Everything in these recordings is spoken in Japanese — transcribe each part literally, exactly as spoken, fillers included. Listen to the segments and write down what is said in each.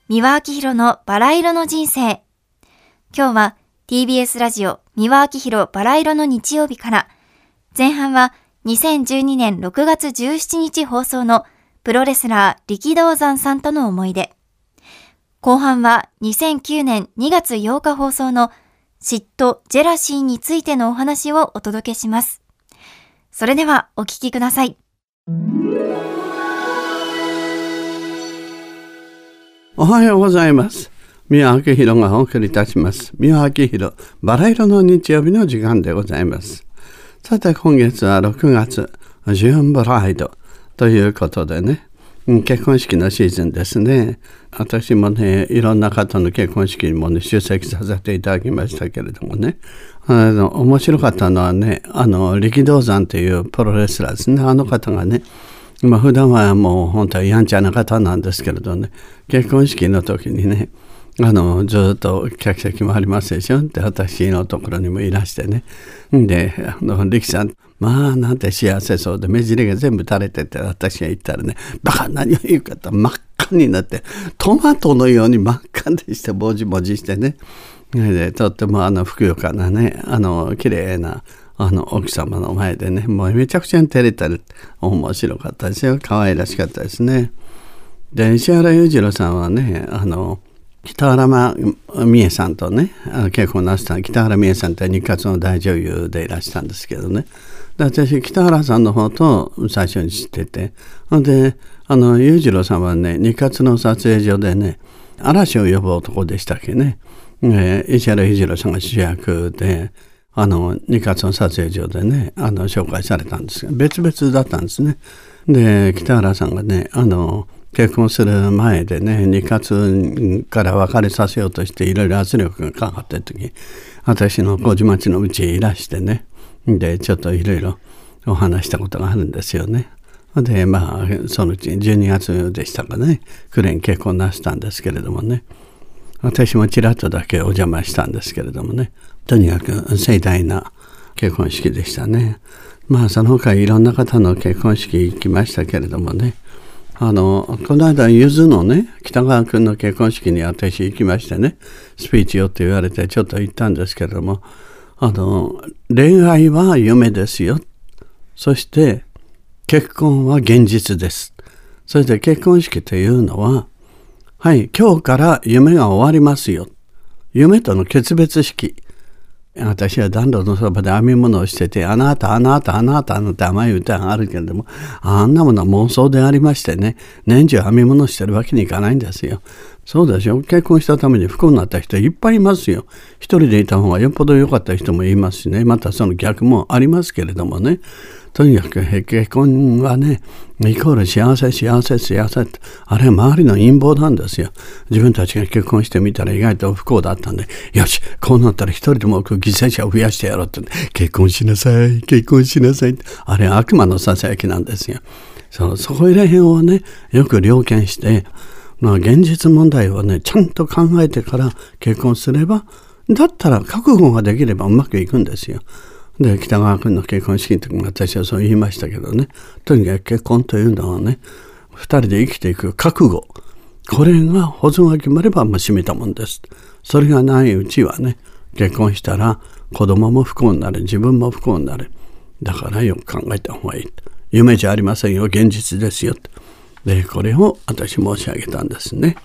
三輪明宏のバラ色の人生。今日は ティービーエス ラジオ三輪明宏バラ色の日曜日から、前半はにせんじゅうにねんろくがつじゅうしちにち放送のプロレスラー力道山さんとの思い出。後半はにせんきゅうねんにがつようか放送の嫉妬・ジェラシーについてのお話をお届けします。それではお聞きください。 おはようございます。三輪明宏がお送りいたします三輪明宏バラ色の日曜日の時間でございます。さて、今月はろくがつジューンブライドということでね、結婚式のシーズンですね。私もね、いろんな方の結婚式にもね、出席させていただきましたけれどもね、あの面白かったのはね、あの力道山というプロレスラーですね。あの方がね、まあ、普段はもう本当はやんちゃな方なんですけれどね、結婚式の時にね、あのずっと客席もありますでしょ。で、私のところにもいらしてね、で、あの力さん、まあなんて幸せそうで、目尻が全部垂れてて、私が言ったらね、バカ何を言うかと真っ赤になって、トマトのように真っ赤でして、ぼじぼじしてね、でとってもあのふくよかなね、あの綺麗なあの奥様の前でね、もうめちゃくちゃに照れたり、面白かったですよ。可愛らしかったですね。で、石原裕次郎さんはね、あの北原美恵さんとね、結婚なすった北原美恵さんって日活の大女優でいらしたんですけどね、で、私北原さんの方と最初に知ってて、で、あの裕次郎さんはね、日活の撮影所でね、嵐を呼ぶ男でしたっけね、えー、石原裕次郎さんが主役で、あの日活の撮影所でね、あの紹介されたんですが、別々だったんですね。で、北原さんがね、あの結婚する前でね、日活から別れさせようとしていろいろ圧力がかかってる時、私の麹町のうちへいらしてね、でちょっといろいろお話したことがあるんですよね。で、まあそのうちじゅうにがつでしたかね、暮れに結婚なすったんですけれどもね、私もちらっとだけお邪魔したんですけれどもね、とにかく盛大な結婚式でしたね。まあその他いろんな方の結婚式行きましたけれどもね、あのこの間ゆずのね、北川君の結婚式に私行きましてね、スピーチよって言われてちょっと行ったんですけれども、あの恋愛は夢ですよ、そして結婚は現実です。それで結婚式というのは、はい、今日から夢が終わりますよ、夢との決別式。私は暖炉のそばで編み物をしてて、あなたあなたあなたのって甘い歌があるけれども、あんなものは妄想でありましてね、年中編み物してるわけにいかないんですよ。そうでしょ。結婚したために不幸になった人いっぱいいますよ。一人でいた方がよっぽど良かった人もいますしね、またその逆もありますけれどもね、とにかく結婚はね、イコール幸せ幸せ幸せって、あれは周りの陰謀なんですよ。自分たちが結婚してみたら意外と不幸だったんで、よし、こうなったら一人でも多く犠牲者を増やしてやろうって、結婚しなさい結婚しなさいって、あれは悪魔のささやきなんですよ。そう、そこら辺をね、よく了見して、まあ、現実問題をね、ちゃんと考えてから結婚すれば、だったら覚悟ができればうまくいくんですよ。で、北川君の結婚式の時に私はそう言いましたけどね、とにかく結婚というのはね、二人で生きていく覚悟、これが保存が決まればもう締めたもんです。それがないうちはね、結婚したら子供も不幸になる、自分も不幸になる。だからよく考えた方がいい。夢じゃありませんよ、現実ですよ。で、これを私申し上げたんですね。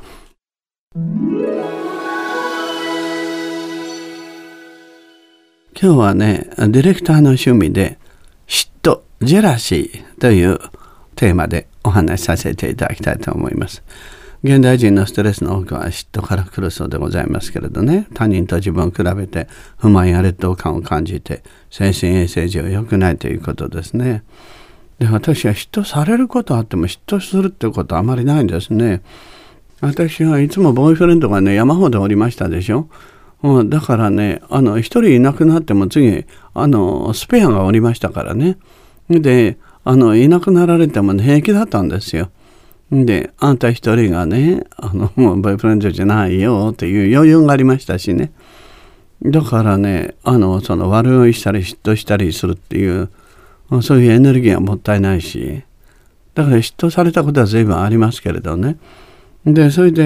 今日はね、ディレクターの趣味で嫉妬、ジェラシーというテーマでお話しさせていただきたいと思います。現代人のストレスの多くは嫉妬から来るそうでございますけれどね、他人と自分を比べて不満や劣等感を感じて精神衛生上良くないということですね。で、私は嫉妬されることはあっても嫉妬するってことはあまりないんですね。私はいつもボーイフレンドがね、山ほどおりましたでしょ。うん、だからね、あの一人いなくなっても次あのスペアがおりましたからね。で、あのいなくなられても、ね、平気だったんですよ。で、あんた一人がね、あのもうボーイフレンドじゃないよっていう余裕がありましたしね。だからね、あのその悪酔いしたり嫉妬したりするっていうそういうエネルギーはもったいないし、だから嫉妬されたことは随分ありますけれどね。で、それで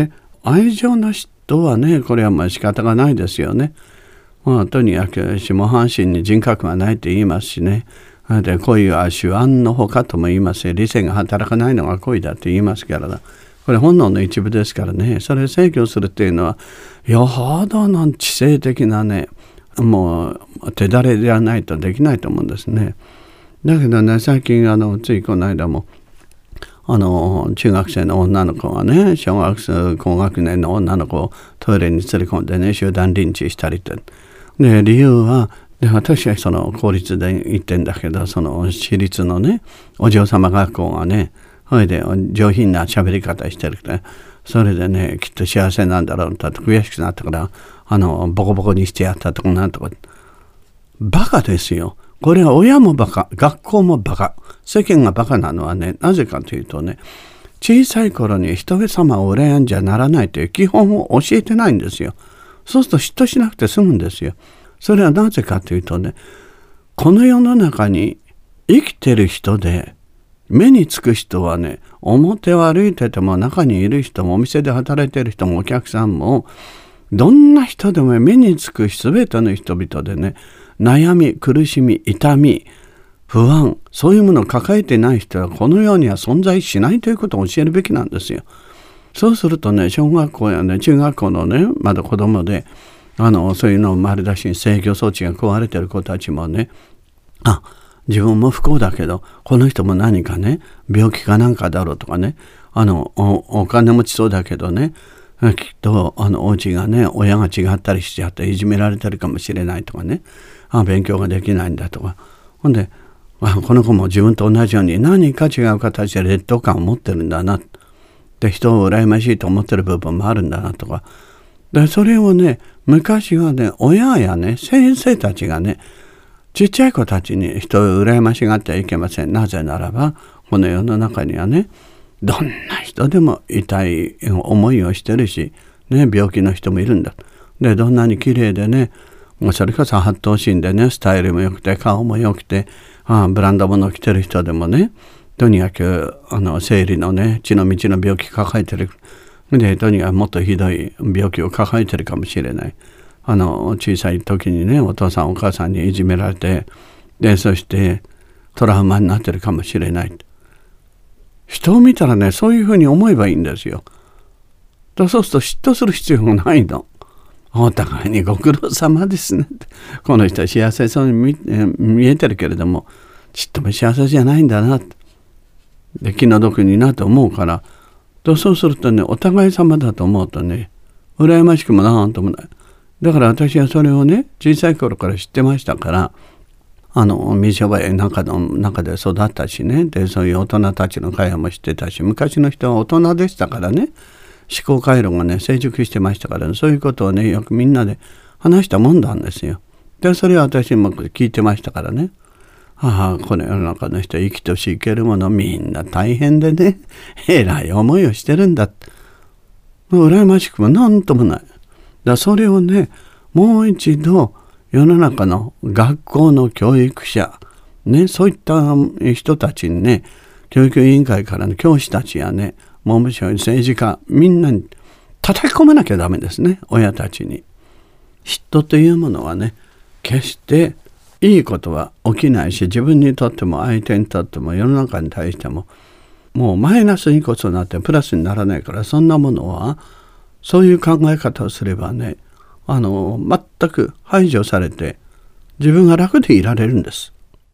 愛情の人はね、これはまあ仕方がないですよね。まあ、とにかく下半身に人格はないと言いますしね。で、恋は手腕のほかとも言いますし、理性が働かないのが恋だと言いますから、これ本能の一部ですからね。それを制御するっていうのは、よほどの知性的なね、もう手だれではないとできないと思うんですね。だけどね、最近あのついこの間もあの中学生の女の子がね、小学生高学年の女の子をトイレに連れ込んでね、集団リンチしたりって。で、理由は、で私はその公立で行ってんだけど、その私立のね、お嬢様学校がね、それで上品な喋り方してるから、それでね、きっと幸せなんだろうと悔しくなったから、あのボコボコにしてやったとかなんとか。バカですよ。これは親もバカ、学校もバカ、世間がバカなのはね、なぜかというとね、小さい頃に人様を羨んじゃならないという基本を教えてないんですよ。そうすると嫉妬しなくて済むんですよ。それはなぜかというとね、この世の中に生きてる人で目につく人はね、表を歩いてても中にいる人もお店で働いてる人もお客さんも、どんな人でも目につく全ての人々でね、悩み、苦しみ、痛み、不安、そういうものを抱えてない人はこの世には存在しないということを教えるべきなんですよ。そうするとね、小学校やね、中学校のね、まだ子供で、あの、そういうのを丸出しに制御装置が壊れてる子たちもね、あ、自分も不幸だけど、この人も何かね、病気かなんかだろうとかね、あの、お、お金持ちそうだけどね、きっと、あの、お家がね、親が違ったりしちゃっていじめられてるかもしれないとかね、あ、勉強ができないんだとか。ほんで、あ、この子も自分と同じように何か違う形で劣等感を持ってるんだな。で、人を羨ましいと思ってる部分もあるんだなとか。で、それをね、昔はね、親やね、先生たちがね、ちっちゃい子たちに人を羨ましがってはいけません。なぜならば、この世の中にはね、どんな人でも痛い思いをしてるし、ね、病気の人もいるんだ。で、どんなに綺麗でね、それこそ八頭身でね、スタイルも良くて、顔も良くて、あブランド物を着てる人でもね、とにかく、あの、生理のね、血の道の病気抱えてる。で、とにかくもっとひどい病気を抱えてるかもしれない。あの、小さい時にね、お父さんお母さんにいじめられて、で、そしてトラウマになってるかもしれない。人を見たらね、そういうふうに思えばいいんですよ。そうすると嫉妬する必要がないの。お互いにご苦労様ですね。この人は幸せそうに 見, 見えてるけれども、ちっとも幸せじゃないんだな。で、気の毒になと思うから、そうするとね、お互い様だと思うとね、羨ましくもなんともない。だから私はそれをね、小さい頃から知ってましたから、あの、水商売なんかの中で育ったしね、で、そういう大人たちの会話も知ってたし、昔の人は大人でしたからね、思考回路がね、成熟してましたから、ね、そういうことをね、よくみんなで話したもんなんですよ。で、それは私も聞いてましたからね。ああ、この世の中の人は生きとし生けるものみんな大変でね、えらい思いをしてるんだ。羨ましくもなんともない。だそれをね、もう一度世の中の学校の教育者、ね、そういった人たちにね、教育委員会からの教師たちやね、文部省政治家、みんなに叩き込まなきゃダメですね、親たちに。嫉妬というものはね、決していいことは起きないし、自分にとっても相手にとっても世の中に対してももうマイナスにこそなってプラスにならないから、そんなものはそういう考え方をすればね、あの全く排除されて自分が楽でいられるんです。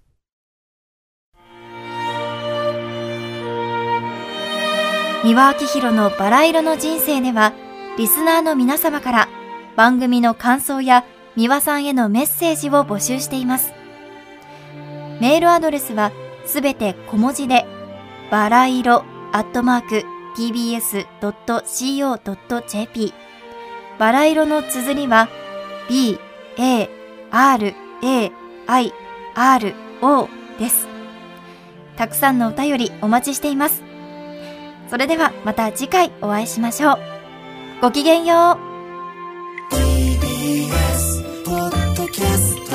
三輪明宏のバラ色の人生では、リスナーの皆様から番組の感想や三輪さんへのメッセージを募集しています。メールアドレスはすべて小文字で、バラ色アットマーク ティービーエスドットシーオードットジェーピー。バラ色の綴りは ビー エー アール エー アイ アール オー です。たくさんのお便りお待ちしています。それではまた次回お会いしましょう。ごきげんよう。 ティービーエス ポッドキャストティー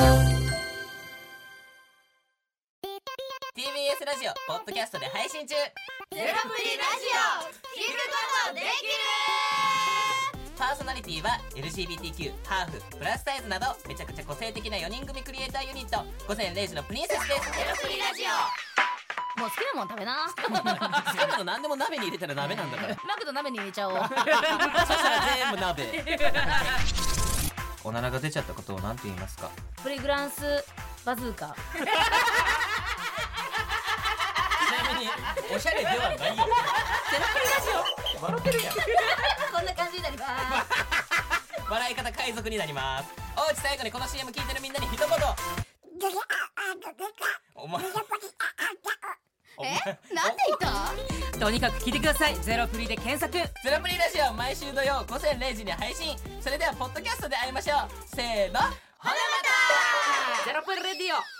ビーエス ラジオポッドキャストで配信中。ゼロプリラジオ聞くことできる。 パーソナリティは エルジービーティーキュー、ハーフ、プラスサイズなどめちゃくちゃ個性的なよにん組クリエイターユニット午前れいじのプリンセスです。ゼロプリラジオ。 もう好きなもん食べな。 好きなの何でも鍋に入れたら鍋なんだからマクド鍋に入れちゃおう。 そしたら全部鍋。おならが出ちゃったことを何て言いますか？ プリグランスバズーカ。 ちなみにおしゃれではないよ。ゼロプリラジオ笑ってるやん。 こんな感じになります。 笑い方海賊になります。おうち最後にこの シーエム 聞いてるみんなに一言。お前え、なんで言った？とにかく聞いてください。ゼロプリで検索。 ゼロプリラジオ毎週土曜午前れいじに配信。それではポッドキャストで会いましょう。せーの、ほなまた。 ゼロプリレディオ。